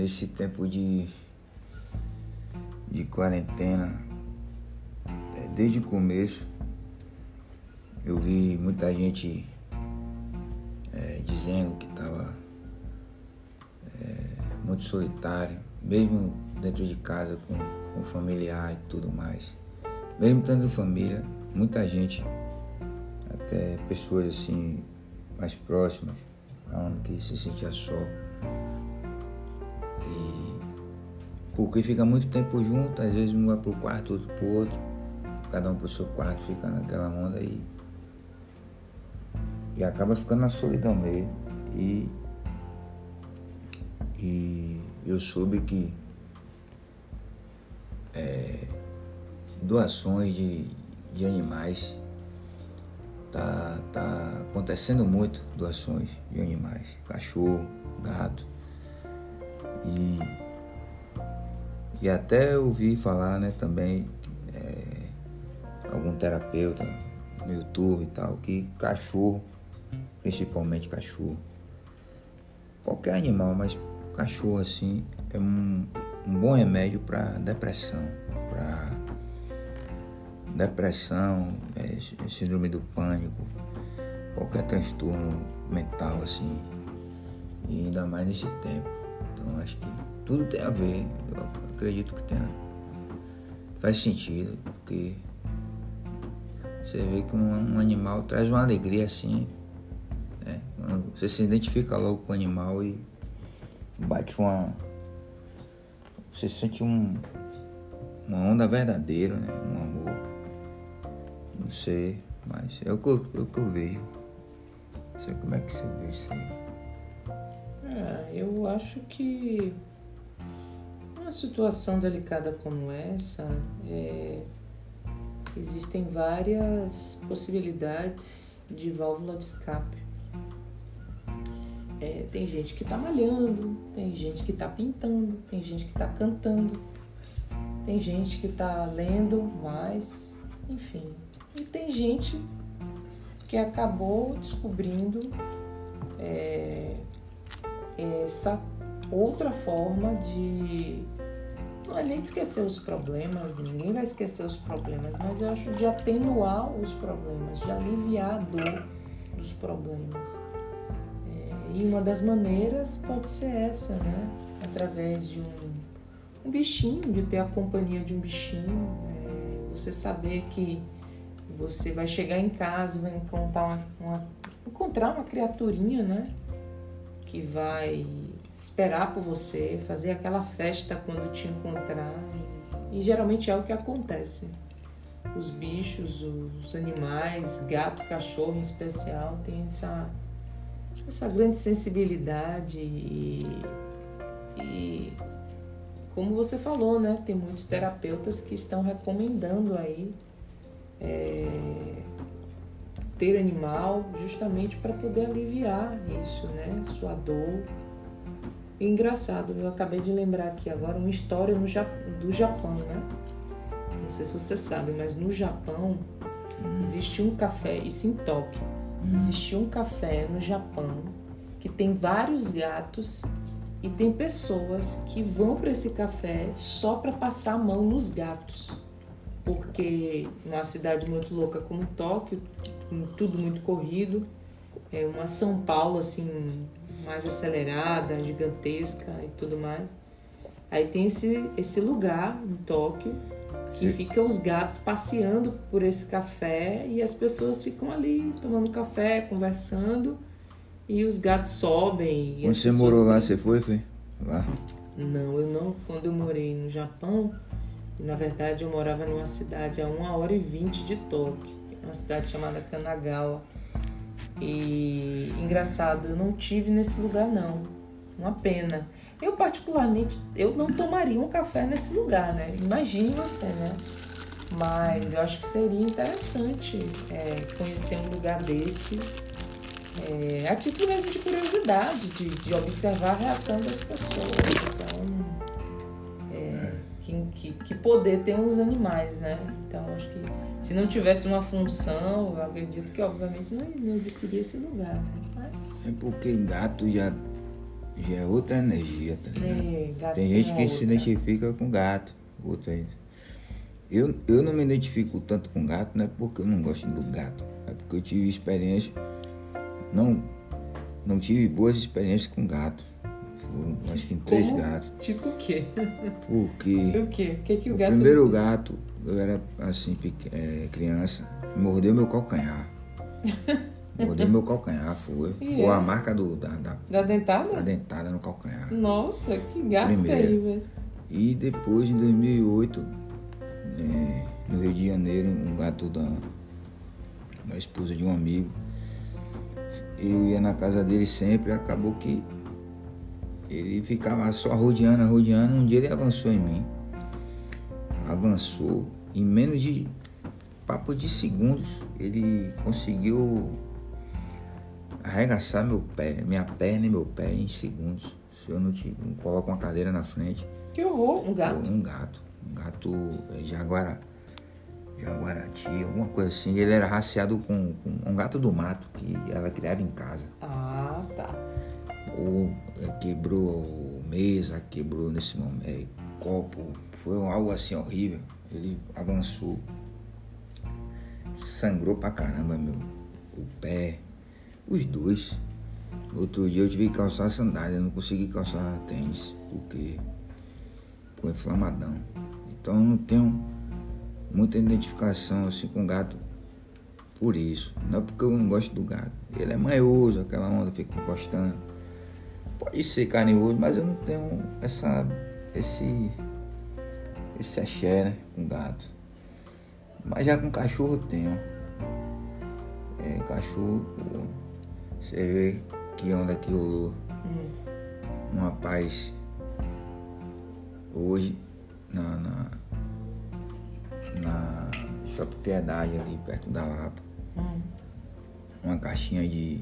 nesse tempo de quarentena, desde o começo, eu vi muita gente dizendo que estava muito solitário, mesmo dentro de casa com familiar e tudo mais. Mesmo tendo família, muita gente, até pessoas assim mais próximas, falando que se sentia só. E porque fica muito tempo junto, às vezes um vai pro quarto, outro pro outro, cada um pro seu quarto, fica naquela onda e acaba ficando na solidão mesmo. E eu soube que doações de animais, tá acontecendo muito doações de animais, cachorro, gato, e até eu ouvi falar, né, também algum terapeuta no YouTube e tal, que cachorro, principalmente cachorro, qualquer animal, mas cachorro assim é um bom remédio para depressão, síndrome do pânico, qualquer transtorno mental assim, e ainda mais nesse tempo. Então acho que tudo tem a ver, eu acredito que faz sentido, porque você vê que um animal traz uma alegria assim, né? Você se identifica logo com o animal e bate você sente uma onda verdadeira, né? Um amor. Não sei, mas é o que eu vejo. Não sei como é que você vê isso aí. Eu acho que uma situação delicada como essa, existem várias possibilidades de válvula de escape. Tem gente que está malhando, tem gente que está pintando, tem gente que está cantando, tem gente que está lendo mais, enfim. E tem gente que acabou descobrindo essa outra forma de... Não é nem de esquecer os problemas, ninguém vai esquecer os problemas, mas eu acho de atenuar os problemas, de aliviar a dor dos problemas. E uma das maneiras pode ser essa, né? Através de um bichinho, de ter a companhia de um bichinho, você saber que você vai chegar em casa e vai encontrar uma criaturinha, né? Que vai esperar por você, fazer aquela festa quando te encontrar. E geralmente é o que acontece. Os bichos, os animais, gato, cachorro em especial, tem essa grande sensibilidade e como você falou, né? Tem muitos terapeutas que estão recomendando aí ter animal justamente para poder aliviar isso, né? Sua dor. E engraçado, eu acabei de lembrar aqui agora uma história do Japão, né? Não sei se você sabe, mas no Japão existe um café, isso em Tóquio, existe um café no Japão que tem vários gatos e tem pessoas que vão para esse café só para passar a mão nos gatos. Porque numa cidade muito louca como Tóquio, tudo muito corrido, uma São Paulo assim mais acelerada, gigantesca e tudo mais. Aí tem esse lugar em Tóquio que fica os gatos passeando por esse café e as pessoas ficam ali tomando café, conversando e os gatos sobem. Quando você morou lá, você foi lá? Não, eu não. Quando eu morei no Japão, na verdade eu morava numa cidade a 1h20 de Tóquio, uma cidade chamada Kanagawa. E engraçado, eu não tive nesse lugar não, uma pena. Eu particularmente, eu não tomaria um café nesse lugar, né? Imagine você, né? Mas eu acho que seria interessante conhecer um lugar desse, a título mesmo de curiosidade, de observar a reação das pessoas. Então, que poder tem os animais, né? Então, acho que se não tivesse uma função, eu acredito que, obviamente, não existiria esse lugar, né? Mas... É porque gato já é outra energia, tá ligado? Gato Tem gente que outra. se identifica com gato, outra aí. Eu não me identifico tanto com gato, não é porque eu não gosto do gato, é porque eu tive experiência, não tive boas experiências com gato. Foram, acho que em 3 gatos. Tipo o quê? Porque O quê? O que o gato... primeiro gato, eu era assim, criança, mordeu meu calcanhar. Mordeu meu calcanhar, foi. Foi a marca da dentada? Da dentada no calcanhar. Nossa, que gato Primeiro. terrível. E depois, em 2008, no Rio de Janeiro, um gato da esposa de um amigo, eu ia na casa dele sempre, acabou que ele ficava só rodeando. Um dia ele avançou em mim. Avançou, em menos de papo de segundos, ele conseguiu arregaçar minha perna e meu pé em segundos. Se eu não coloco uma cadeira na frente. Que horror, um gato? Um gato jaguarati, alguma coisa assim. Ele era raciado com um gato do mato que ela criava em casa. Ah, tá. Quebrou mesa, quebrou nesse momento copo, foi algo assim horrível. Ele avançou, sangrou pra caramba o pé, os dois. Outro dia eu tive que calçar sandália, eu não consegui calçar tênis, porque ficou inflamadão. Então eu não tenho muita identificação assim com gato por isso. Não é porque eu não gosto do gato. Ele é manhoso, aquela onda fica encostando. Pode ser carinhoso, mas eu não tenho esse axé, né, com gato. Mas já com cachorro eu tenho. Cachorro, você vê que onda que rolou. Um rapaz hoje na Shopping Piedade, ali perto da Lapa, uma caixinha de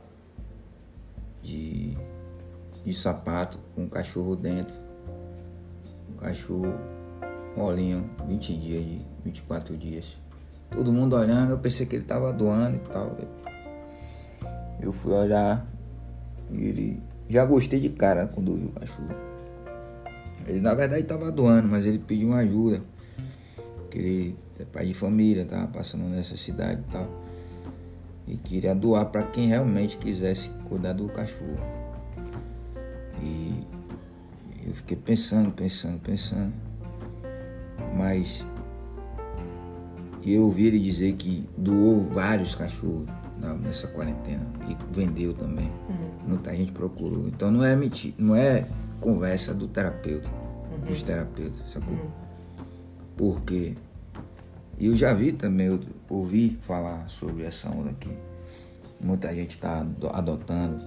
sapato com um cachorro dentro. Um cachorro molinho, 24 dias. Todo mundo olhando, eu pensei que ele tava doando e tal. Eu fui olhar e ele... Já gostei de cara quando eu vi o cachorro. Ele na verdade tava doando, mas ele pediu uma ajuda. Que ele é pai de família, tava passando necessidade e tal. E queria doar para quem realmente quisesse cuidar do cachorro. E eu fiquei pensando. Mas eu ouvi ele dizer que doou vários cachorros nessa quarentena e vendeu também. Muita gente procurou. Então não é mentira, não é conversa do terapeuta, dos terapeutas, sacou? Porque eu já vi também, eu ouvi falar sobre essa onda aqui. Muita gente está adotando.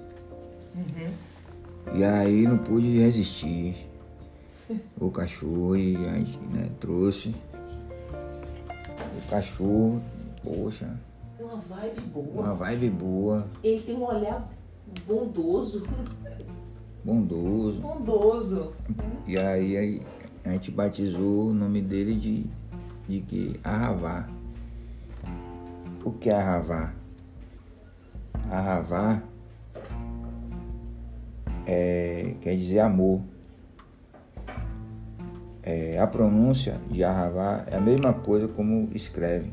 E aí não pude resistir. O cachorro, e a gente, né, trouxe. O cachorro, poxa. Uma vibe boa. Ele tem um olhar bondoso. E aí a gente batizou o nome dele de que Arravá. O que é Arravá? Arravá quer dizer amor. A pronúncia de Arravá é a mesma coisa como escreve.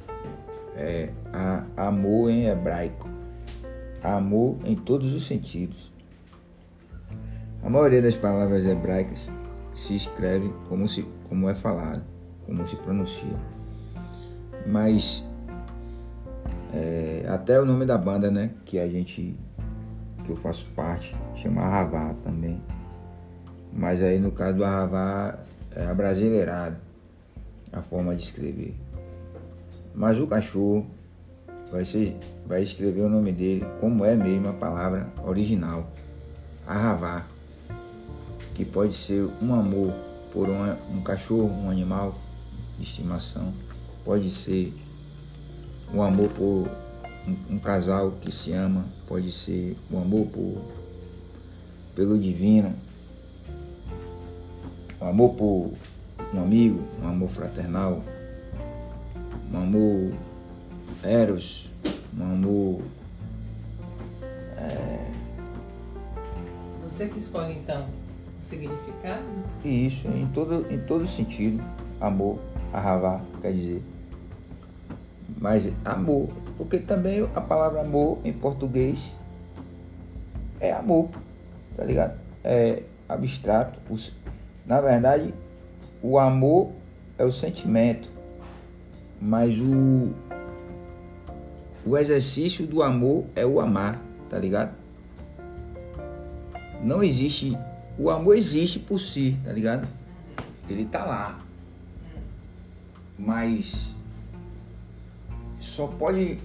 Amor em hebraico. Amor em todos os sentidos. A maioria das palavras hebraicas se escreve como é falado, como se pronuncia. Mas até o nome da banda, né, que eu faço parte, chama Arravá também. Mas aí no caso do Arravá é abrasileirado a forma de escrever. Mas o cachorro vai escrever o nome dele como é mesmo a palavra original, Arravá, que pode ser um amor por um cachorro, um animal de estimação, pode ser um amor por um casal que se ama, pode ser um amor pelo divino, um amor por um amigo, um amor fraternal, um amor eros, um amor do Você que escolhe, então, o significado? E isso, em todo sentido, amor, ahavá, quer dizer. Mas amor, porque também a palavra amor em português é amor, tá ligado? É abstrato. Na verdade, o amor é o sentimento, mas o exercício do amor é o amar, tá ligado? Não existe, o amor existe por si, tá ligado? Ele tá lá, mas só pode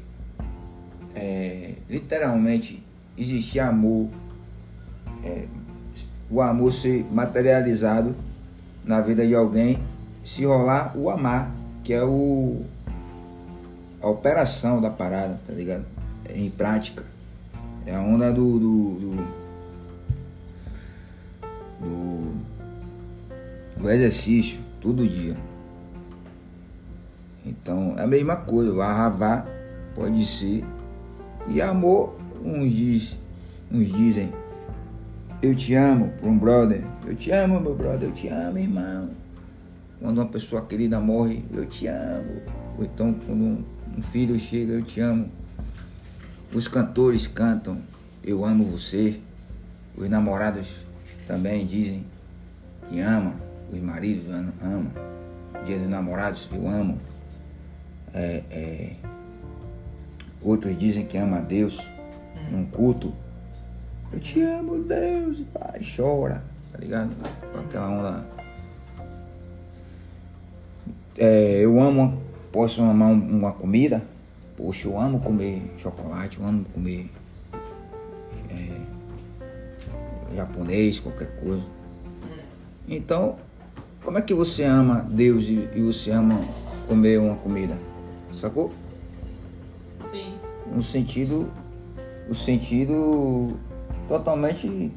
literalmente existir amor, o amor ser materializado na vida de alguém se rolar o amar, que é a operação da parada, tá ligado? Em prática. É a onda do exercício, todo dia. Então é a mesma coisa, o ahavá pode ser. E amor, uns dizem, eu te amo, para um brother, eu te amo, meu brother, eu te amo, irmão. Quando uma pessoa querida morre, eu te amo. Ou então quando um filho chega, eu te amo. Os cantores cantam, eu amo você. Os namorados também dizem que amam. Os maridos amam. Dia dos namorados, eu amo. Outros dizem que ama a Deus num culto. Eu te amo, Deus, pai, chora, tá ligado? Com aquela onda. Eu amo, posso amar uma comida. Poxa, eu amo comer chocolate, eu amo comer japonês, qualquer coisa. Então, como é que você ama Deus e você ama comer uma comida? Sacou? Sim. O sentido totalmente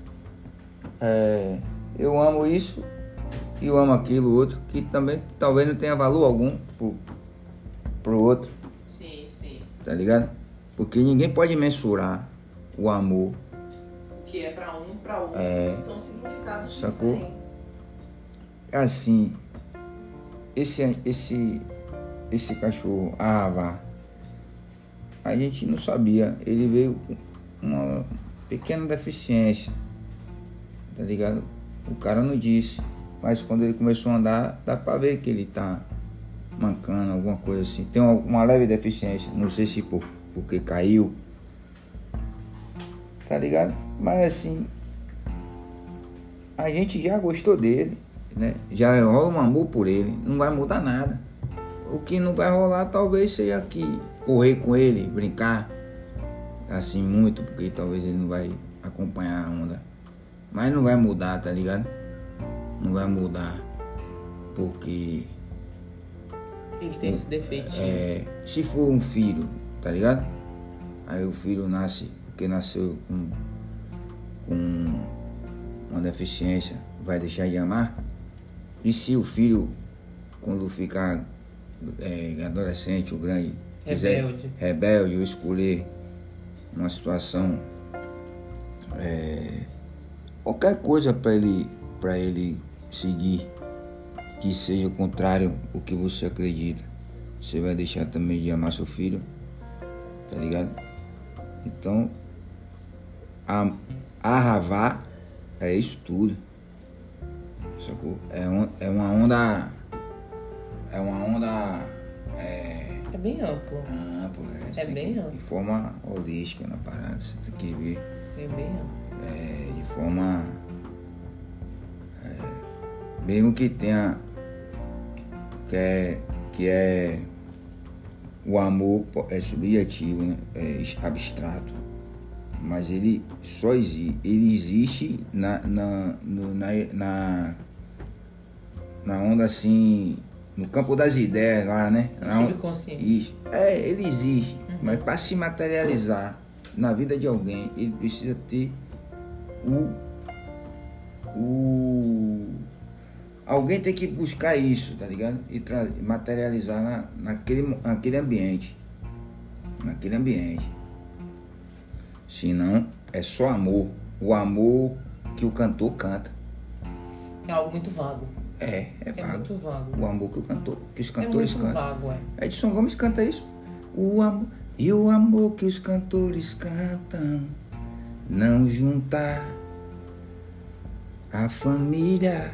eu amo isso e eu amo aquilo outro, que também talvez não tenha valor algum pro outro. Sim, sim. Tá ligado? Porque ninguém pode mensurar o amor. O que é para um, para outro, são significados sacou? diferentes. É assim, esse cachorro, Ahavá, a gente não sabia, ele veio com uma pequena deficiência, tá ligado? O cara não disse, mas quando ele começou a andar, dá pra ver que ele tá mancando, alguma coisa assim. Tem uma leve deficiência, não sei se porque caiu, tá ligado? Mas assim, a gente já gostou dele, né? Já rola um amor por ele, não vai mudar nada. O que não vai rolar talvez seja aqui correr com ele, brincar assim muito, porque talvez ele não vai acompanhar a onda, mas não vai mudar, tá ligado? Não vai mudar porque ele tem esse defeito. Se for um filho, tá ligado? Aí o filho nasce, porque nasceu com uma deficiência, vai deixar de amar? E se o filho, quando ficar adolescente ou grande, rebelde ou escolher uma situação, qualquer coisa para ele seguir que seja o contrário ao que você acredita, você vai deixar também de amar seu filho, tá ligado? Então a Ahavá é isso tudo, sacou? É uma onda é bem amplo. É bem amplo. De forma holística na parada, você tem que ver. É bem amplo. De forma mesmo que tenha que é o amor é subjetivo, né? É abstrato, mas ele só existe na onda assim, no campo das ideias lá, né? Subconsciente. Ele existe, mas para se materializar na vida de alguém, ele precisa ter alguém tem que buscar isso, tá ligado? E materializar naquele ambiente. Naquele ambiente. Senão é só amor, o amor que o cantor canta. É algo muito vago. É vago. Muito vago. O amor que os cantores cantam. Vago, Edson Gomes canta isso. O amor, e o amor que os cantores cantam, não juntar a família,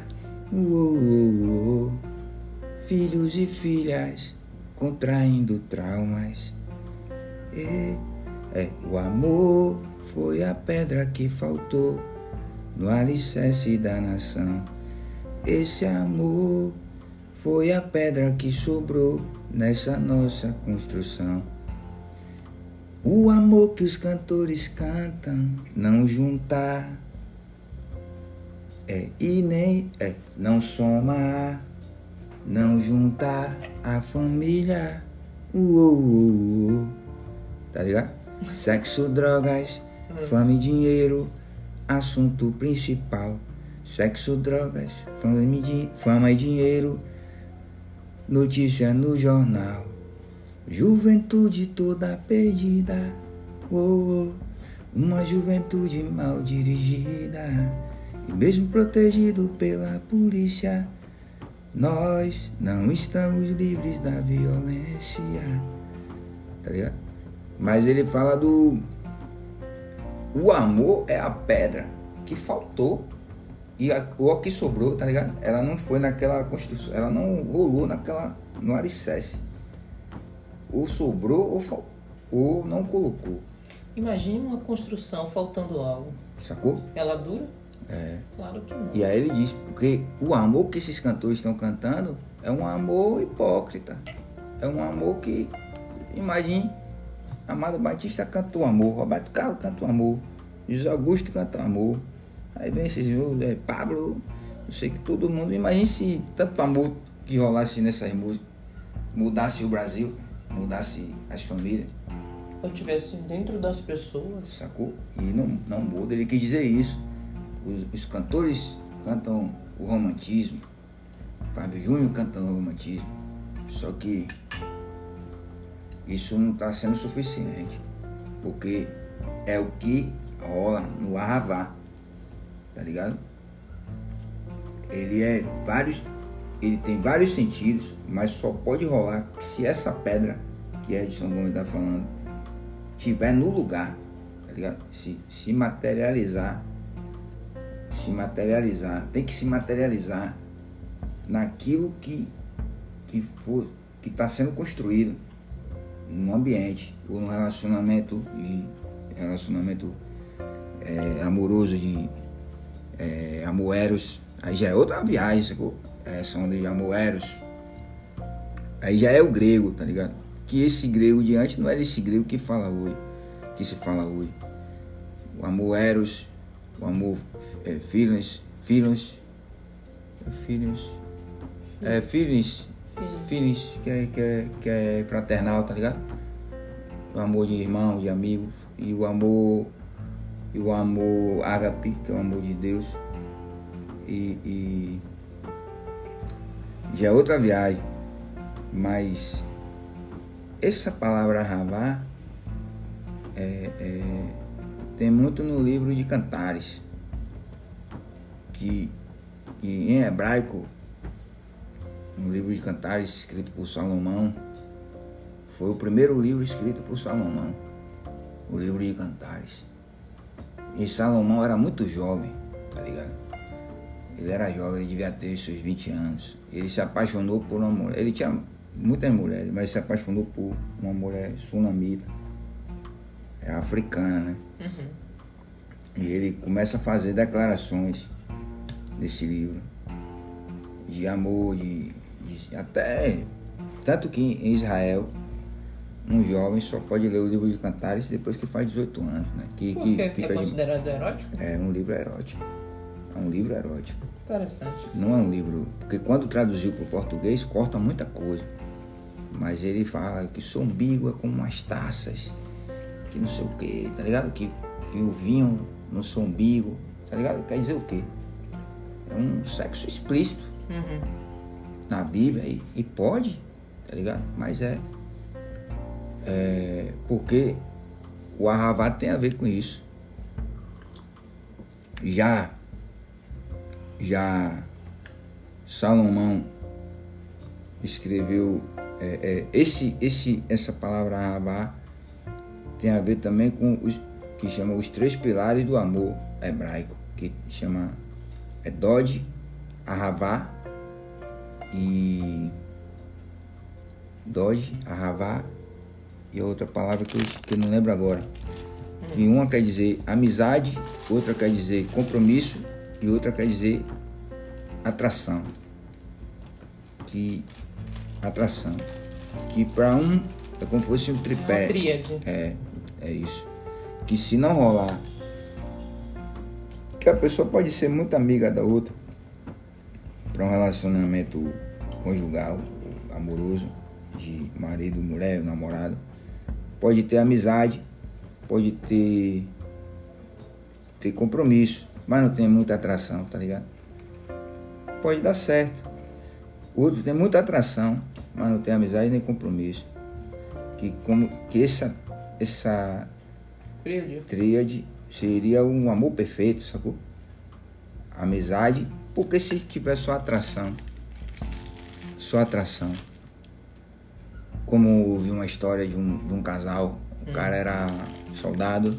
filhos e filhas contraindo traumas. O amor foi a pedra que faltou no alicerce da nação. Esse amor foi a pedra que sobrou nessa nossa construção. O amor que os cantores cantam, não juntar, e nem não somar, não juntar a família, tá ligado? Sexo, drogas, fama e dinheiro, assunto principal. Sexo, drogas, fama e dinheiro, notícia no jornal. Juventude toda perdida, uma juventude mal dirigida. E mesmo protegido pela polícia, nós não estamos livres da violência. Tá ligado? Mas ele fala o amor é a pedra que faltou. E o que sobrou, tá ligado? Ela não foi naquela construção, ela não rolou no alicerce. Ou sobrou ou não colocou. Imagine uma construção faltando algo. Sacou? Ela dura? É. Claro que não. E aí ele diz, porque o amor que esses cantores estão cantando é um amor hipócrita. É um amor que, imagine, Amado Batista canta o amor, Roberto Carlos canta o amor, José Augusto canta o amor. Aí vem esses Pablo, não sei que todo mundo. Imagine se tanto amor que rolasse nessas músicas mudasse o Brasil, mudasse as famílias. Ou tivesse dentro das pessoas. Sacou? E não muda. Ele quis dizer isso. Os cantores cantam o romantismo. Fábio Júnior canta o romantismo. Só que isso não está sendo suficiente. Porque é o que rola no Arravá. Tá ligado? Ele tem vários sentidos, mas só pode rolar se essa pedra que Edson Gomes está falando estiver no lugar, tá ligado? Se materializar, tem que se materializar naquilo que está sendo construído no ambiente ou no relacionamento amoroso de amor eros. Aí já é outra viagem, sacou? Essa onda de amor eros. Aí já é o grego, tá ligado? Que esse grego de antes não é esse grego que se fala hoje. O amor eros, o amor filhos, que é fraternal, tá ligado? O amor de irmão, de amigo, e o amor ágape, que é o amor de Deus. E já é outra viagem. Mas essa palavra Arravá tem muito no livro de Cantares, que em hebraico, no livro de Cantares escrito por Salomão, foi o primeiro livro escrito por Salomão, o livro de Cantares. E Salomão era muito jovem, tá ligado? Ele era jovem, ele devia ter seus 20 anos. Ele se apaixonou por uma mulher. Ele tinha muitas mulheres, mas se apaixonou por uma mulher sunamita, africana, né? Uhum. E ele começa a fazer declarações nesse livro de amor, até tanto que em Israel um jovem só pode ler o livro de Cantares depois que faz 18 anos, né? Porque é considerado erótico? É um livro erótico. É um livro erótico. Interessante. Não é um livro... Porque quando traduziu para o português, corta muita coisa. Mas ele fala que seu umbigo é como umas taças, que não sei o quê, tá ligado? Que o vinho no seu umbigo, tá ligado? Quer dizer o quê? É um sexo explícito. Uhum. Na Bíblia, e pode, tá ligado? Mas porque o Arravá tem a ver com isso. Já Salomão escreveu essa palavra Ahavá tem a ver também com os que chamam os 3 pilares do amor hebraico, que chama Dod, Ahavá e Dod, Ahavá e outra palavra que eu não lembro agora. E uma quer dizer amizade, outra quer dizer compromisso e outra quer dizer atração. Que para um é como se fosse um tripé. Uma tríade. É isso. Que se não rolar, que a pessoa pode ser muito amiga da outra para um relacionamento conjugal, amoroso, de marido, mulher, namorado. Pode ter amizade, pode ter compromisso, mas não tem muita atração, tá ligado? Pode dar certo. Outro tem muita atração, mas não tem amizade nem compromisso. Que essa tríade seria um amor perfeito, sacou? Amizade, porque se tiver só atração, como ouvi uma história de um casal, o cara era soldado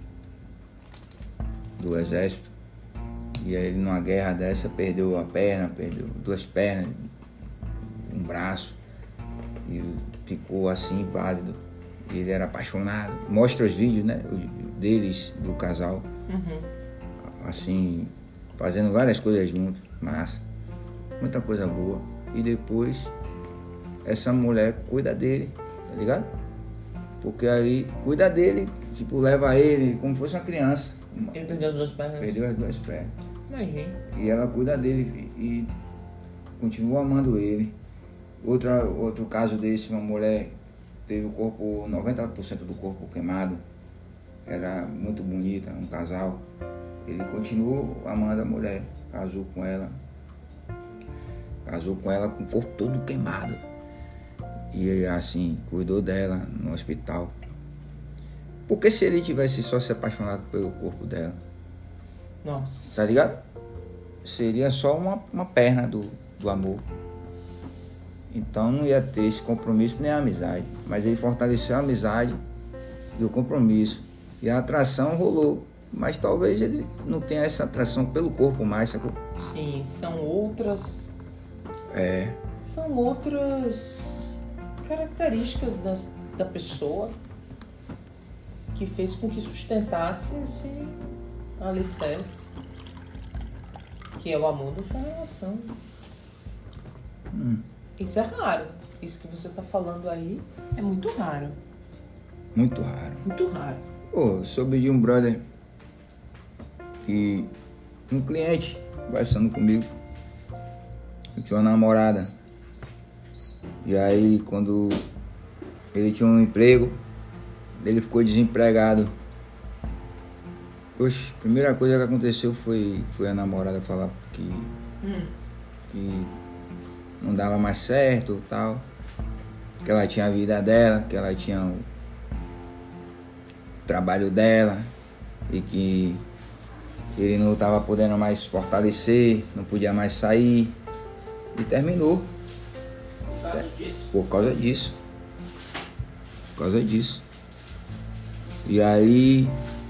do exército, e aí ele numa guerra dessa perdeu a perna, perdeu 2 pernas, um braço, e ficou assim pálido. Ele era apaixonado. Mostra os vídeos, né, deles, do casal, assim, fazendo várias coisas juntos, massa, muita coisa boa. E depois essa mulher cuida dele, tá ligado? Porque aí cuida dele, tipo, leva ele como se fosse uma criança. Ele perdeu as 2 pernas. Perdeu as 2 pernas. Imagina. E ela cuida dele e continua amando ele. Outro caso desse, uma mulher teve o corpo, 90% do corpo queimado. Era muito bonita, um casal. Ele continuou amando a mulher, casou com ela com o corpo todo queimado. E assim, cuidou dela no hospital. Porque se ele tivesse só se apaixonado pelo corpo dela, nossa, tá ligado? Seria só uma perna do amor. Então não ia ter esse compromisso nem a amizade. Mas ele fortaleceu a amizade e o compromisso. E a atração rolou. Mas talvez ele não tenha essa atração pelo corpo mais, sacou? Sim, são outras características da pessoa que fez com que sustentasse esse alicerce, que é o amor dessa relação. Isso é raro. Isso que você está falando aí é muito raro. Muito raro. Muito raro. Eu soube de um brother que um cliente conversando comigo, eu tinha uma namorada. E aí quando ele tinha um emprego, ele ficou desempregado. Oxe, a primeira coisa que aconteceu foi a namorada falar que não dava mais certo, tal, que ela tinha a vida dela, que ela tinha o trabalho dela e que ele não estava podendo mais fortalecer, não podia mais sair, e terminou. Por causa disso. E aí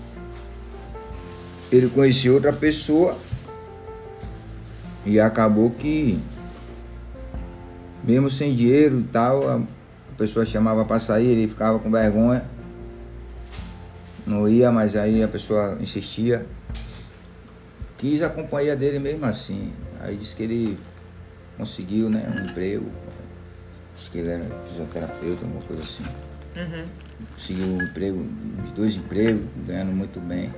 ele conheceu outra pessoa e acabou que, mesmo sem dinheiro e tal, a pessoa chamava para sair, ele ficava com vergonha, não ia, mas aí a pessoa insistia, quis a companhia dele mesmo assim. Aí disse que ele conseguiu, né, um emprego, acho que ele era fisioterapeuta, alguma coisa assim. Conseguiu um emprego, 2 empregos, ganhando muito bem.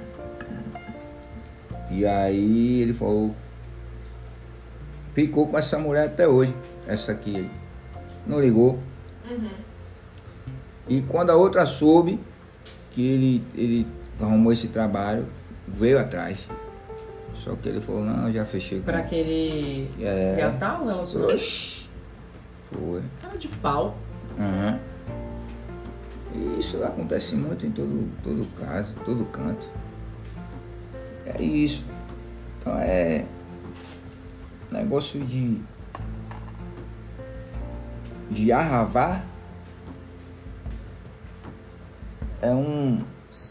E aí ele falou, ficou com essa mulher até hoje, essa aqui, não ligou. E quando a outra soube que ele arrumou esse trabalho, veio atrás. Só que ele falou, não, já fechei. Pra que ele reatar o relacionamento? Oxi. Foi. Cara de pau. E isso acontece muito em todo caso, todo canto. É isso. Então é negócio de arravar. É um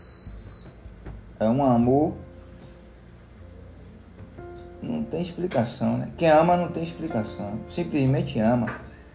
amor, não tem explicação, né? Quem ama não tem explicação, simplesmente ama.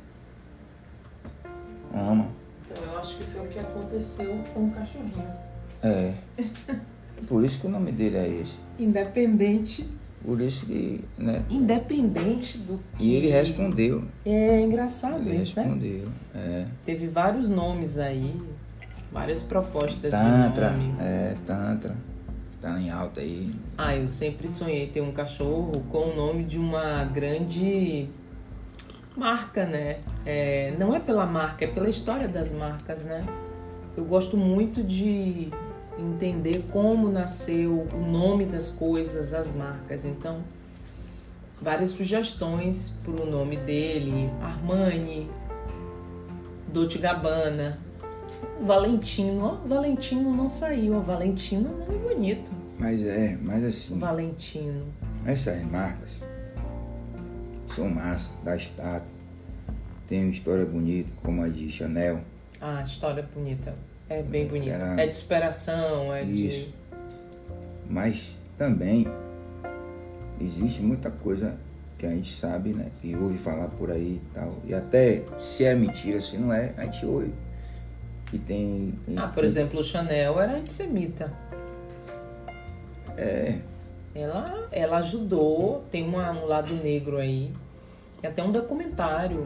Ama. Então eu acho que foi o que aconteceu com o cachorrinho. É. Por isso que o nome dele é esse. Independente. Por isso que, né? Independente do que... E ele respondeu. É engraçado Ele isso, respondeu, né? Teve vários nomes aí, várias propostas Tantra, de nome. Tantra. Tá em alta aí. Eu sempre sonhei ter um cachorro com o nome de uma grande marca, né? Não é pela marca, é pela história das marcas, né? Eu gosto muito de entender como nasceu o nome das coisas, as marcas. Então, várias sugestões para o nome dele: Armani, Dolce & Gabbana, Valentino. Valentino não saiu, Valentino não é bonito. Mas assim, Valentino. Essas marcas são massa, dá status, tem uma história bonita, como a de Chanel. História bonita. É bem bonita. É de superação, Isso. Mas também existe muita coisa que a gente sabe, né? E ouve falar por aí e tal. E até se é mentira, se não é, a gente ouve. Que tem por exemplo, o Chanel era antissemita. É. Ela ajudou, tem um lado negro aí. Tem até um documentário.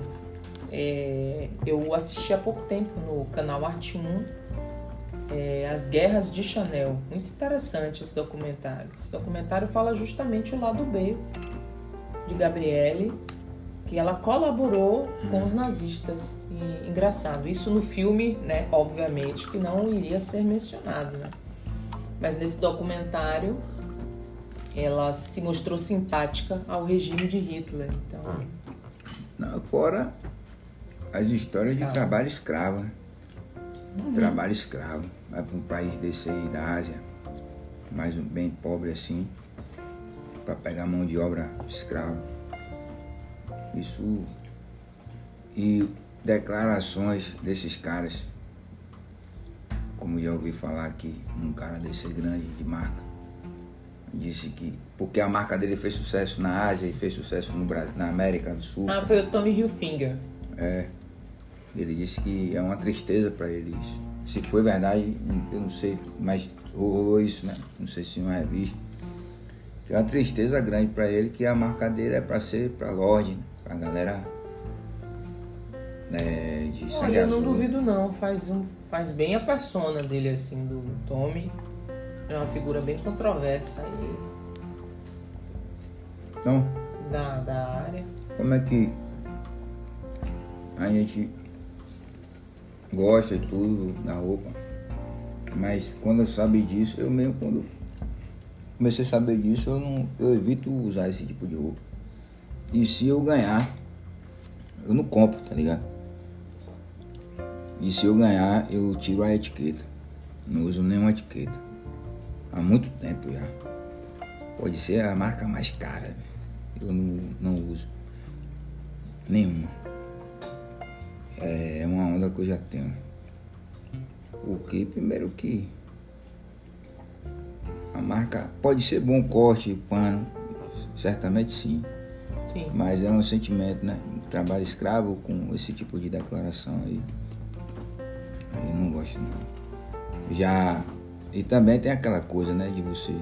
Eu assisti há pouco tempo no canal Arte 1. As Guerras de Chanel. Muito interessante esse documentário. Esse documentário fala justamente o lado B de Gabrielle, que ela colaborou com os nazistas. E engraçado, isso no filme, né, obviamente que não iria ser mencionado, né? Mas nesse documentário ela se mostrou simpática ao regime de Hitler. Então, fora as histórias de trabalho escravo, né? Trabalho escravo. Vai para um país desse aí da Ásia, mais bem pobre assim, para pegar mão de obra escrava. Isso. E declarações desses caras, como já ouvi falar aqui, um cara desse grande de marca disse que porque a marca dele fez sucesso na Ásia e fez sucesso no Brasil, na América do Sul. Foi o Tommy Hilfiger. Ele disse que é uma tristeza para ele isso. Se foi verdade, eu não sei, mas rolou isso, né? Não sei se uma revista. É uma tristeza grande para ele que a marca dele é para ser para Lorde, para a galera de sangue eu azul. não duvido não, faz bem a persona dele assim, do Tommy. É uma figura bem controversa aí. Então, da área. Como é que a gente gosta e tudo da roupa, mas quando eu sabe disso, eu mesmo quando comecei a saber disso, eu evito usar esse tipo de roupa. E se eu ganhar, eu não compro, tá ligado? E se eu ganhar, eu tiro a etiqueta. Não uso nenhuma etiqueta. Há muito tempo já. Pode ser a marca mais cara. Eu não uso nenhuma. É uma onda que eu já tenho. Porque, primeiro que a marca pode ser bom corte, pano, certamente sim. Mas é um sentimento, né? Trabalho escravo com esse tipo de declaração aí. Eu não gosto não. E também tem aquela coisa, né? De você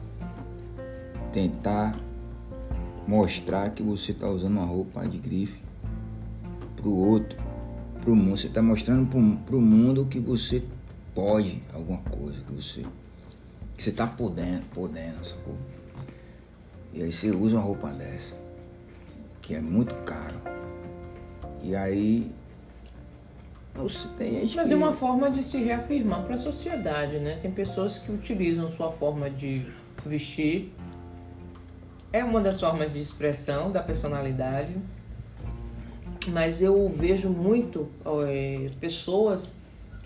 tentar mostrar que você está usando uma roupa de grife pro outro, pro mundo. Você está mostrando pro mundo que você pode alguma coisa, que você está podendo, sacou? E aí você usa uma roupa dessa, que é muito caro. E aí tem gente. Mas é uma forma de se reafirmar para a sociedade, né? Tem pessoas que utilizam sua forma de vestir. É uma das formas de expressão da personalidade. Mas eu vejo muito pessoas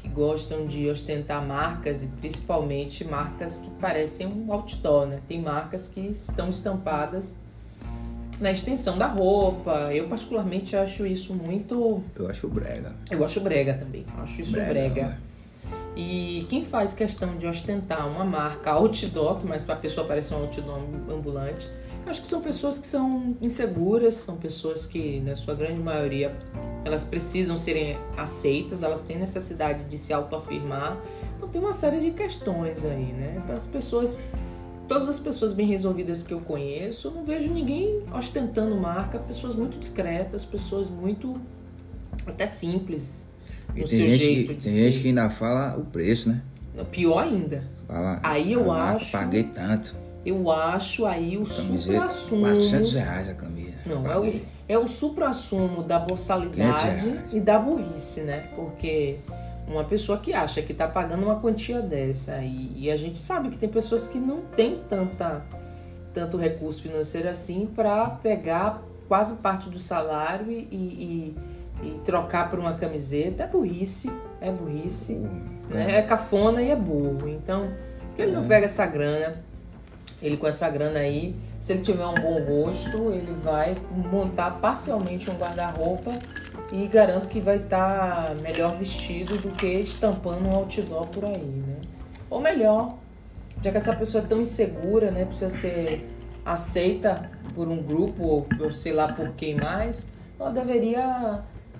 que gostam de ostentar marcas, e principalmente marcas que parecem um outdoor, né? Tem marcas que estão estampadas na extensão da roupa. Eu particularmente acho isso muito... Eu acho brega. Eu acho brega também, acho isso brega. E quem faz questão de ostentar uma marca outdoor, que mais para a pessoa parece um outdoor ambulante, acho que são pessoas que são inseguras, são pessoas que, na sua grande maioria, elas precisam serem aceitas, elas têm necessidade de se autoafirmar. Então tem uma série de questões aí, né? As pessoas, todas as pessoas bem resolvidas que eu conheço, eu não vejo ninguém ostentando marca, pessoas muito discretas, pessoas muito até simples no seu jeito de ser. Tem gente que ainda fala o preço, né? Pior ainda. Fala, aí eu acho... Paguei tanto. Eu acho aí o supra-sumo... R$400 a camisa. Não, é o supra-sumo da boçalidade e da burrice, né? Porque uma pessoa que acha que tá pagando uma quantia dessa e a gente sabe que tem pessoas que não tem tanto recurso financeiro assim para pegar quase parte do salário e trocar por uma camiseta. É burrice, né? É cafona e é burro. Então, ele não pega essa grana, ele com essa grana aí, se ele tiver um bom gosto, ele vai montar parcialmente um guarda-roupa e garanto que vai estar melhor vestido do que estampando um outdoor por aí, né? Ou melhor, já que essa pessoa é tão insegura, né, precisa ser aceita por um grupo ou sei lá por quem mais, ela deveria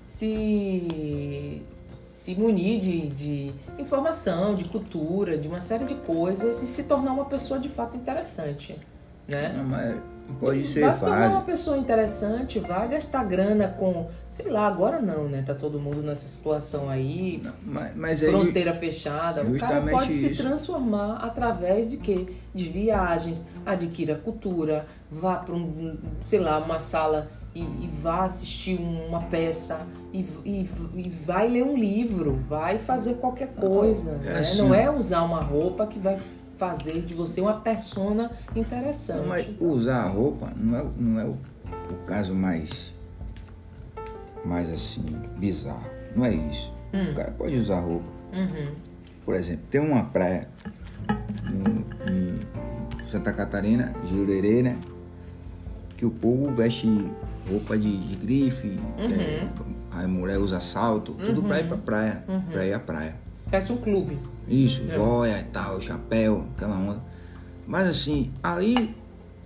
se munir de informação, de cultura, de uma série de coisas e se tornar uma pessoa de fato interessante, né? Não, mas pode ser fácil. Vai se tornar uma pessoa interessante, vai gastar grana com, sei lá, agora não, né? Tá todo mundo nessa situação aí, não, mas fronteira fechada. O cara pode se transformar através de quê? De viagens, adquira cultura, vá para sei lá, uma sala e vá assistir uma peça e vai ler um livro, vai fazer qualquer coisa, né? Assim, não é usar uma roupa que vai fazer de você uma persona interessante. Não, mas usar a roupa não é o caso mais assim, bizarro. Não é isso. O cara pode usar roupa. Por exemplo, tem uma praia em Santa Catarina, Jurerê, né? Que o povo veste roupa de grife, a mulher usa salto, tudo pra ir pra praia, pra ir à praia. Parece um clube. Isso, joia e tal, chapéu, aquela onda. Mas assim, ali,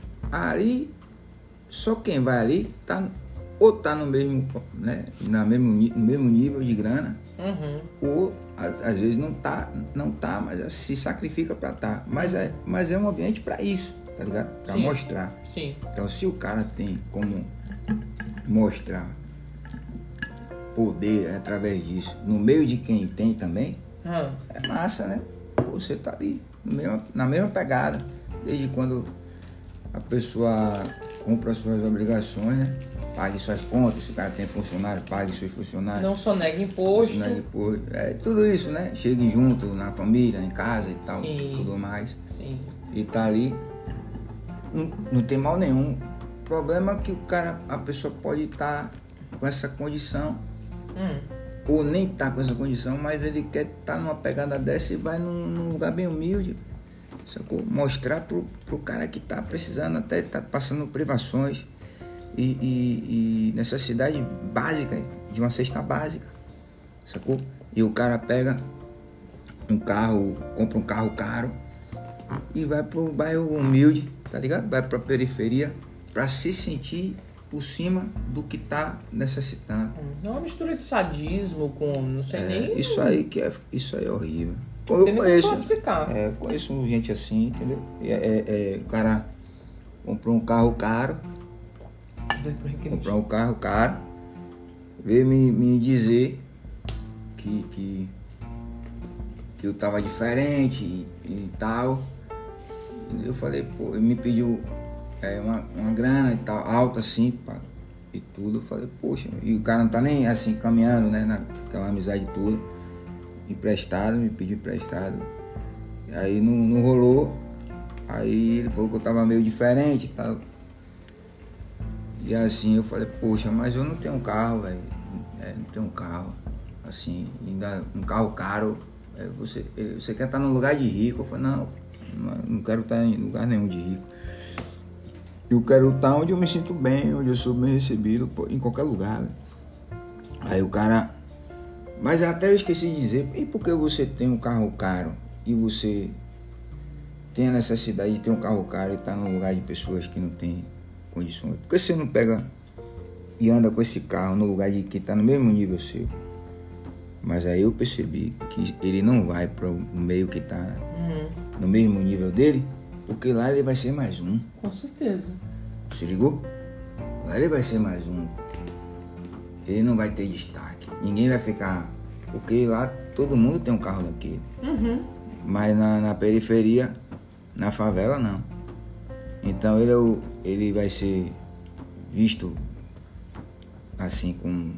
só quem vai ali ou tá no mesmo, né, no mesmo nível de grana, ou às vezes não tá, mas se sacrifica pra estar. Mas é um ambiente pra isso, tá ligado? Pra mostrar. Sim. Então se o cara tem como mostrar poder através disso, no meio de quem tem também, é massa, né? Você tá ali, na mesma pegada, desde quando a pessoa cumpre as suas obrigações, né? Pague suas contas, se o cara tem funcionário, pague seus funcionários. Não só nega imposto. É tudo isso, né? Chegue junto na família, em casa e tal, tudo mais. Sim. E tá ali, não tem mal nenhum. O problema é que a pessoa pode estar com essa condição, ou nem tá com essa condição, mas ele quer estar numa pegada dessa e vai num lugar bem humilde, sacou? Mostrar pro cara que tá precisando, até tá passando privações e necessidade básica, de uma cesta básica, sacou? E o cara pega compra um carro caro e vai pro bairro humilde, tá ligado? Vai pra periferia pra se sentir por cima do que tá necessitando. É uma mistura de sadismo com, não sei nem... Isso aí é horrível. Eu conheço gente assim, entendeu? O cara comprou um carro caro, veio me dizer que eu tava diferente e tal. Eu falei, pô, ele me pediu uma grana e tal, alta assim, pá, e tudo. Eu falei, poxa, e o cara não tá nem assim caminhando, né, naquela amizade toda. Me pediu emprestado. E aí não rolou. Aí ele falou que eu tava meio diferente e tal. E assim eu falei, poxa, mas eu não tenho um carro, velho. Não tenho um carro. assim, ainda um carro caro, você quer estar num lugar de rico? Eu falei, não quero estar em lugar nenhum de rico. Eu quero estar onde eu me sinto bem, onde eu sou bem recebido, em qualquer lugar. Né? Aí o cara... Mas até eu esqueci de dizer, e por que você tem um carro caro e você tem a necessidade de ter um carro caro e está num lugar de pessoas que não têm condições? Por que você não pega e anda com esse carro no lugar de quem está no mesmo nível seu? Mas aí eu percebi que ele não vai para o meio que está no mesmo nível dele, porque lá ele vai ser mais um. Com certeza. Se ligou? Lá ele vai ser mais um. Ele não vai ter destaque. Ninguém vai ficar... Porque lá todo mundo tem um carro daquele. Mas na periferia, na favela, não. Então ele vai ser visto assim com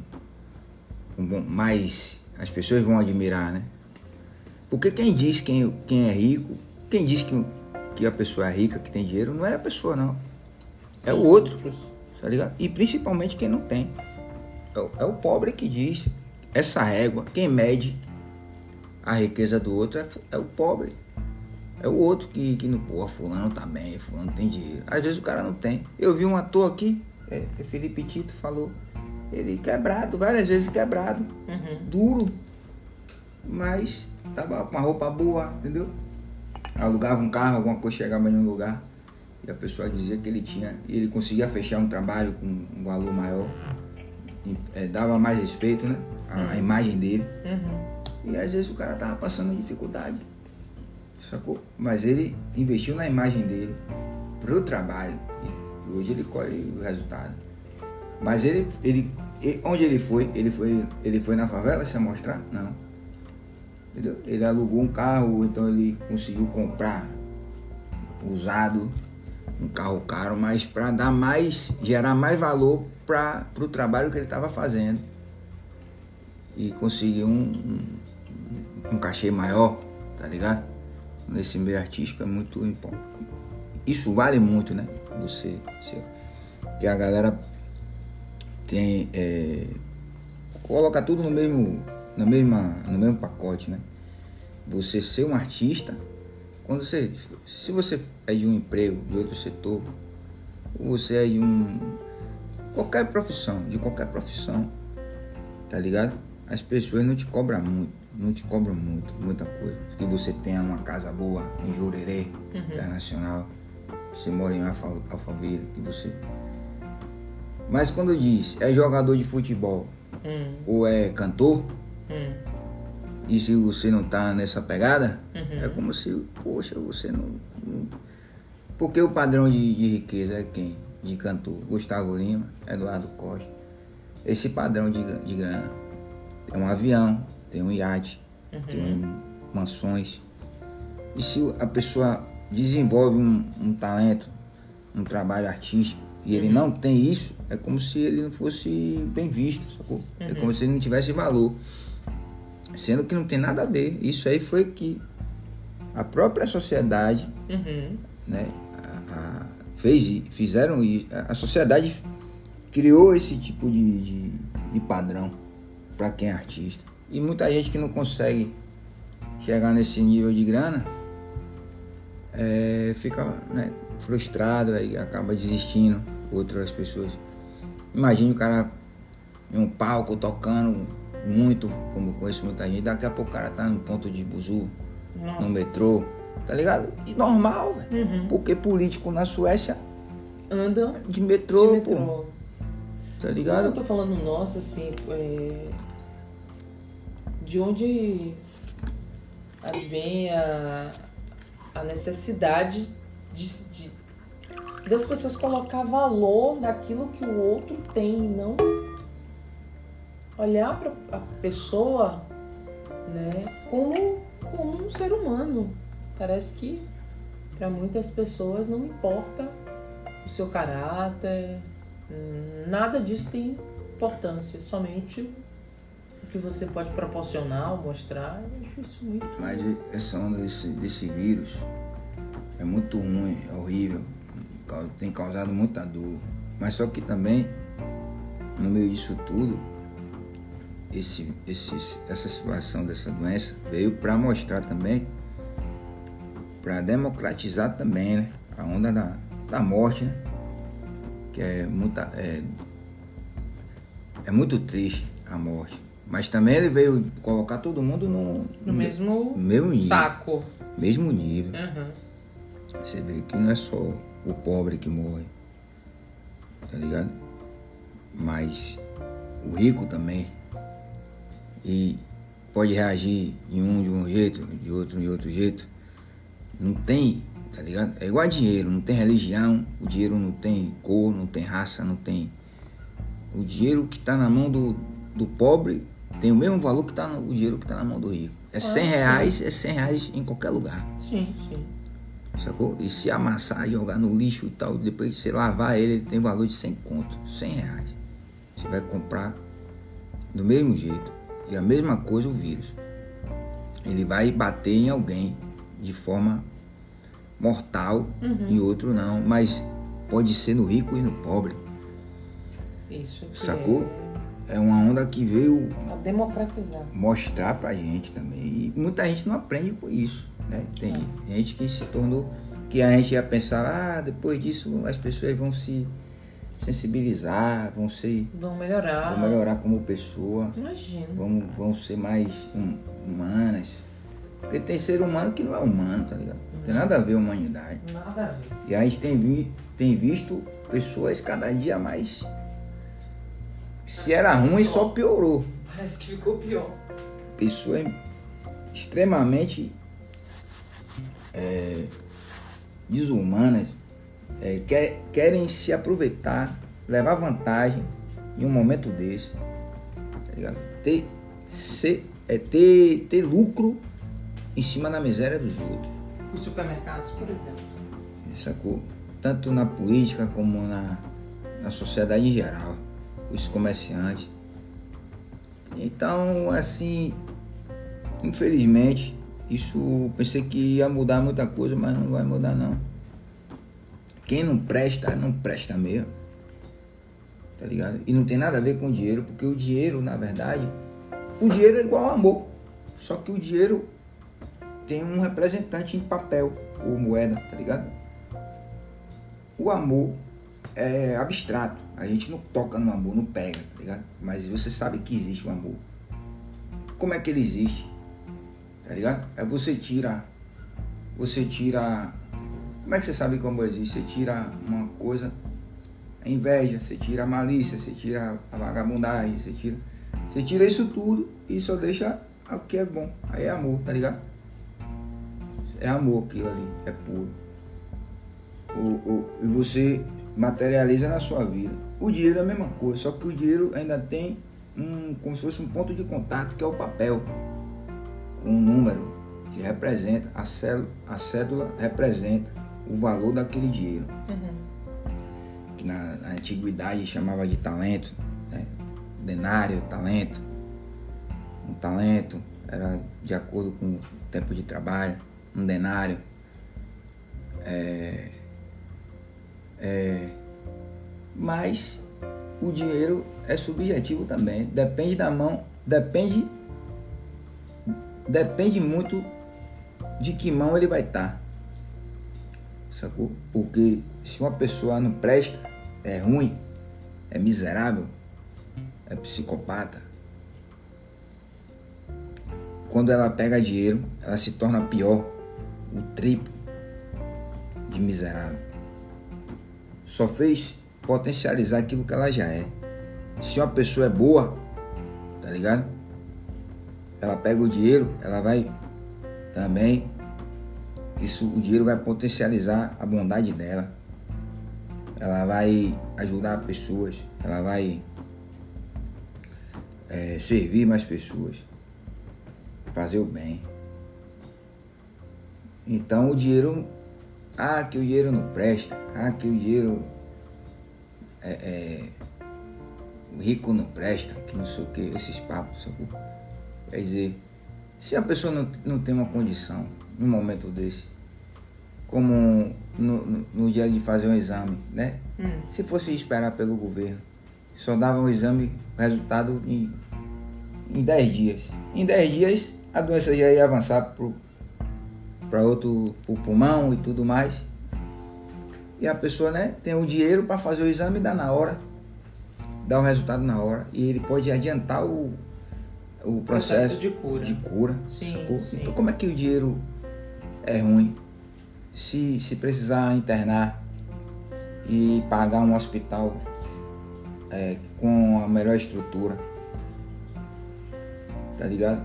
mais... As pessoas vão admirar, né? Porque quem diz quem é rico, quem diz que a pessoa é rica, que tem dinheiro, não é a pessoa, não. É o outro, tá ligado? E principalmente quem não tem. É o pobre que diz. Essa régua, quem mede a riqueza do outro é o pobre. É o outro que não... Pô, fulano tá bem, fulano tem dinheiro. Às vezes o cara não tem. Eu vi um ator aqui, Felipe Tito falou, ele quebrado, várias vezes quebrado, duro, mas tava com uma roupa boa, entendeu? Alugava um carro, alguma coisa, chegava em um lugar e a pessoa dizia que ele tinha, e ele conseguia fechar um trabalho com um valor maior, dava mais respeito, né? A imagem dele. E às vezes o cara tava passando dificuldade, sacou? Mas ele investiu na imagem dele pro trabalho e hoje ele colhe o resultado. Mas ele onde ele foi na favela se amostrar? Não. Entendeu? Ele alugou um carro, então ele conseguiu comprar usado, um carro caro, mas para gerar mais valor para o trabalho que ele estava fazendo. E conseguir um cachê maior, tá ligado? Nesse meio artístico é muito importante. Isso vale muito, né? Que a galera tem... coloca tudo no mesmo pacote, né? Você ser um artista, se você é de um emprego, de outro setor, ou você é de qualquer profissão, tá ligado? As pessoas não te cobram muita coisa. Que você tenha uma casa boa em Jurerê, Internacional, você mora em Alphaville, que você... Mas quando diz, é jogador de futebol, ou é cantor, e se você não tá nessa pegada, é como se, poxa, você não... Porque o padrão de riqueza é quem? De cantor? Gustavo Lima, Eduardo Costa. Esse padrão de grana. Tem um avião, tem um iate, tem mansões. E se a pessoa desenvolve um talento, um trabalho artístico, e ele não tem isso, é como se ele não fosse bem visto, sacou? É como se ele não tivesse valor. Sendo que não tem nada a ver. Isso aí foi que a própria sociedade, né, fizeram isso. A sociedade criou esse tipo de padrão para quem é artista. E muita gente que não consegue chegar nesse nível de grana fica, né, frustrado, aí acaba desistindo. Outras pessoas, imagina o cara em um palco tocando muito, como eu conheço muita gente, daqui a pouco o cara tá no ponto de buzu, no metrô, tá ligado? E normal, porque político na Suécia anda de metrô, pô. Tá ligado? Eu tô falando, nossa, assim, de onde advém a necessidade das pessoas colocar valor naquilo que o outro tem, não olhar para a pessoa, né, como um ser humano. Parece que para muitas pessoas não importa o seu caráter, nada disso tem importância, somente o que você pode proporcionar ou mostrar. Eu acho isso muito... Mas essa onda desse vírus é muito ruim, é horrível, tem causado muita dor. Mas só que também, no meio disso tudo, essa situação dessa doença veio para mostrar também, para democratizar também, né, a onda da morte, né, que é muito triste a morte. Mas também ele veio colocar todo mundo no mesmo nível, saco. Mesmo nível. Uhum. Você vê que não é só o pobre que morre, tá ligado? Mas o rico também. E pode reagir de um jeito, de outro jeito. Não tem, tá ligado? É igual a dinheiro, não tem religião, o dinheiro não tem cor, não tem raça, não tem... O dinheiro que tá na mão do pobre tem o mesmo valor que o dinheiro que tá na mão do rico. É 100 reais, é 100 reais em qualquer lugar. Sim, sim. Sacou? E se amassar e jogar no lixo e tal, depois você lavar ele tem valor de 100 conto, 100 reais. Você vai comprar do mesmo jeito. E a mesma coisa o vírus. Ele vai bater em alguém de forma mortal, em outro não. Mas pode ser no rico e no pobre. Isso. Sacou? É uma onda que veio a democratizar, mostrar pra gente também. E muita gente não aprende com isso, né? Tem gente que se tornou, que a gente ia pensar, depois disso as pessoas vão se sensibilizar, vão melhorar como pessoa. Imagina. Vão ser mais humanas. Porque tem ser humano que não é humano, tá ligado? Não tem nada a ver com a humanidade. Nada a ver. E a gente tem visto pessoas cada dia mais... Se era ruim, só piorou. Parece que ficou pior. Pessoas extremamente desumanas, querem se aproveitar, levar vantagem em um momento desse. Tá ligado? Ter lucro em cima da miséria dos outros. Os supermercados, por exemplo. Sacou? Tanto na política como na sociedade em geral. Os comerciantes. Então, assim, infelizmente, isso pensei que ia mudar muita coisa, mas não vai mudar não. Quem não presta mesmo. Tá ligado? E não tem nada a ver com dinheiro, porque o dinheiro, na verdade, o dinheiro é igual ao amor. Só que o dinheiro tem um representante em papel ou moeda, tá ligado? O amor é abstrato. A gente não toca no amor, não pega, tá ligado? Mas você sabe que existe o amor. Como é que ele existe? Tá ligado? É você tira... Como é que você sabe que o amor existe? Você tira uma coisa, a inveja, você tira a malícia, você tira a vagabundagem, você tira isso tudo e só deixa o que é bom. Aí é amor, tá ligado? É amor aquilo ali, é puro. E você materializa na sua vida. O dinheiro é a mesma coisa, só que o dinheiro ainda tem como se fosse um ponto de contato, que é o papel, com um número que representa, a cédula representa o valor daquele dinheiro. Que na antiguidade chamava de talento, né? Denário, talento. Um talento era de acordo com o tempo de trabalho, um denário. Mas o dinheiro é subjetivo também, depende da mão, depende muito de que mão ele vai estar, sacou? Porque se uma pessoa não presta, é ruim, é miserável, é psicopata, quando ela pega dinheiro, ela se torna pior, o triplo de miserável. Só fez potencializar aquilo que ela já é. Se uma pessoa é boa, tá ligado? Ela pega o dinheiro, ela vai também, o dinheiro vai potencializar a bondade dela. Ela vai ajudar pessoas, ela vai servir mais pessoas, fazer o bem. Então o dinheiro, que o dinheiro não presta, que o dinheiro o rico não presta, que não sei o que, esses papos, sabe? Quer dizer, se a pessoa não tem uma condição, num momento desse, como no dia de fazer um exame, né? Se fosse esperar pelo governo, só dava um exame, resultado em em 10 dias. Em 10 dias a doença já ia avançar para outro pro pulmão e tudo mais. E a pessoa, né, tem o dinheiro para fazer o exame e dá na hora, dá o resultado na hora. E ele pode adiantar o processo de cura. Sim, sim. Então como é que o dinheiro é ruim? Se precisar internar e pagar um hospital com a melhor estrutura, tá ligado?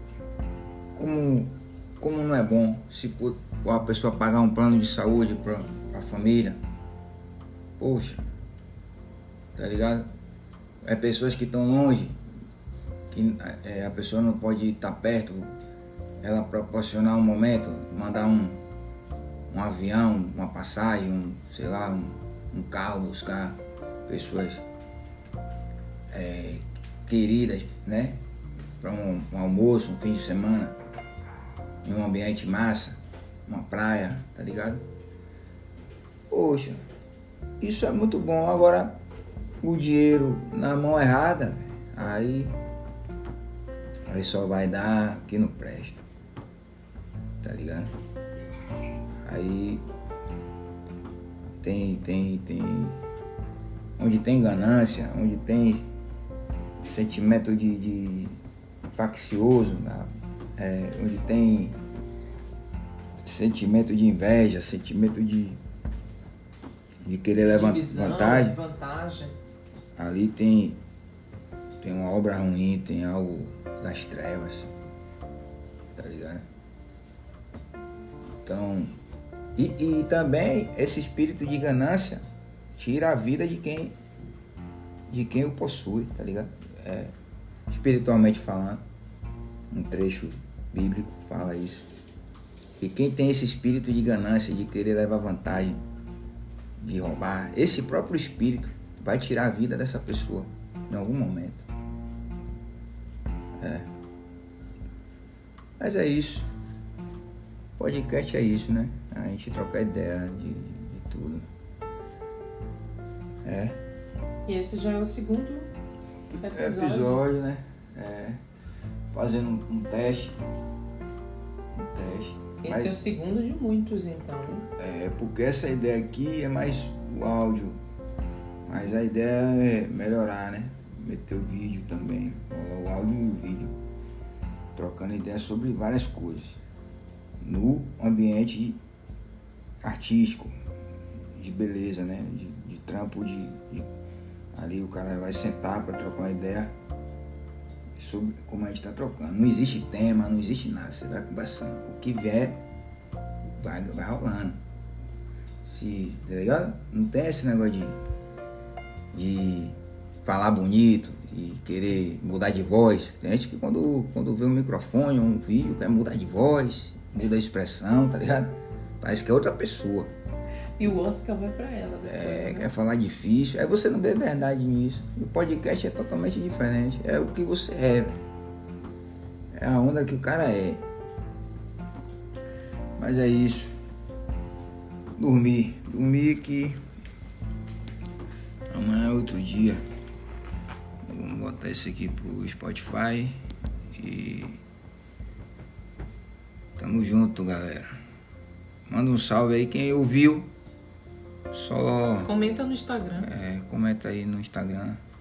Como não é bom se a pessoa pagar um plano de saúde para a família? Poxa, tá ligado? É pessoas que estão longe, que a pessoa não pode estar perto, ela proporcionar um momento, mandar um avião, uma passagem, sei lá, um carro, buscar pessoas queridas, né? Para um almoço, um fim de semana, em um ambiente massa, uma praia, tá ligado? Poxa, isso é muito bom. Agora, o dinheiro na mão errada, aí só vai dar que não presta, tá ligado? Aí tem onde tem ganância, onde tem sentimento de faccioso, onde tem sentimento de inveja, sentimento de querer levar vantagem. Ali tem uma obra ruim, tem algo das trevas, tá ligado? Então, e também esse espírito de ganância tira a vida de quem o possui, tá ligado? Espiritualmente falando, um trecho bíblico fala isso. E quem tem esse espírito de ganância, de querer levar vantagem, de roubar, esse próprio espírito vai tirar a vida dessa pessoa em algum momento. Mas é isso. Podcast é isso, né? A gente troca ideia de tudo. E esse já é o segundo episódio, né? Fazendo um teste. Esse é o segundo de muitos, então. Porque essa ideia aqui é mais o áudio. Mas a ideia é melhorar, né? Meter o vídeo também. O áudio e o vídeo. Trocando ideias sobre várias coisas. No ambiente artístico, de beleza, né? De trampo, ali o cara vai sentar para trocar uma ideia sobre como a gente está trocando. Não existe tema, não existe nada, você vai conversando. O que vier, vai rolando. Tá ligado? Não tem esse negócio de falar bonito e querer mudar de voz. Tem gente que quando vê um microfone ou um vídeo quer mudar de voz, muda a expressão, tá ligado? Parece que é outra pessoa. E o Oscar vai pra ela depois, né? Quer falar difícil. Aí você não vê verdade nisso. E o podcast é totalmente diferente. É o que você é. É a onda que o cara é. Mas é isso. Dormir que amanhã é outro dia. Vamos botar isso aqui pro Spotify. E tamo junto, galera. Manda um salve aí quem ouviu. Só comenta no Instagram. Comenta aí no Instagram.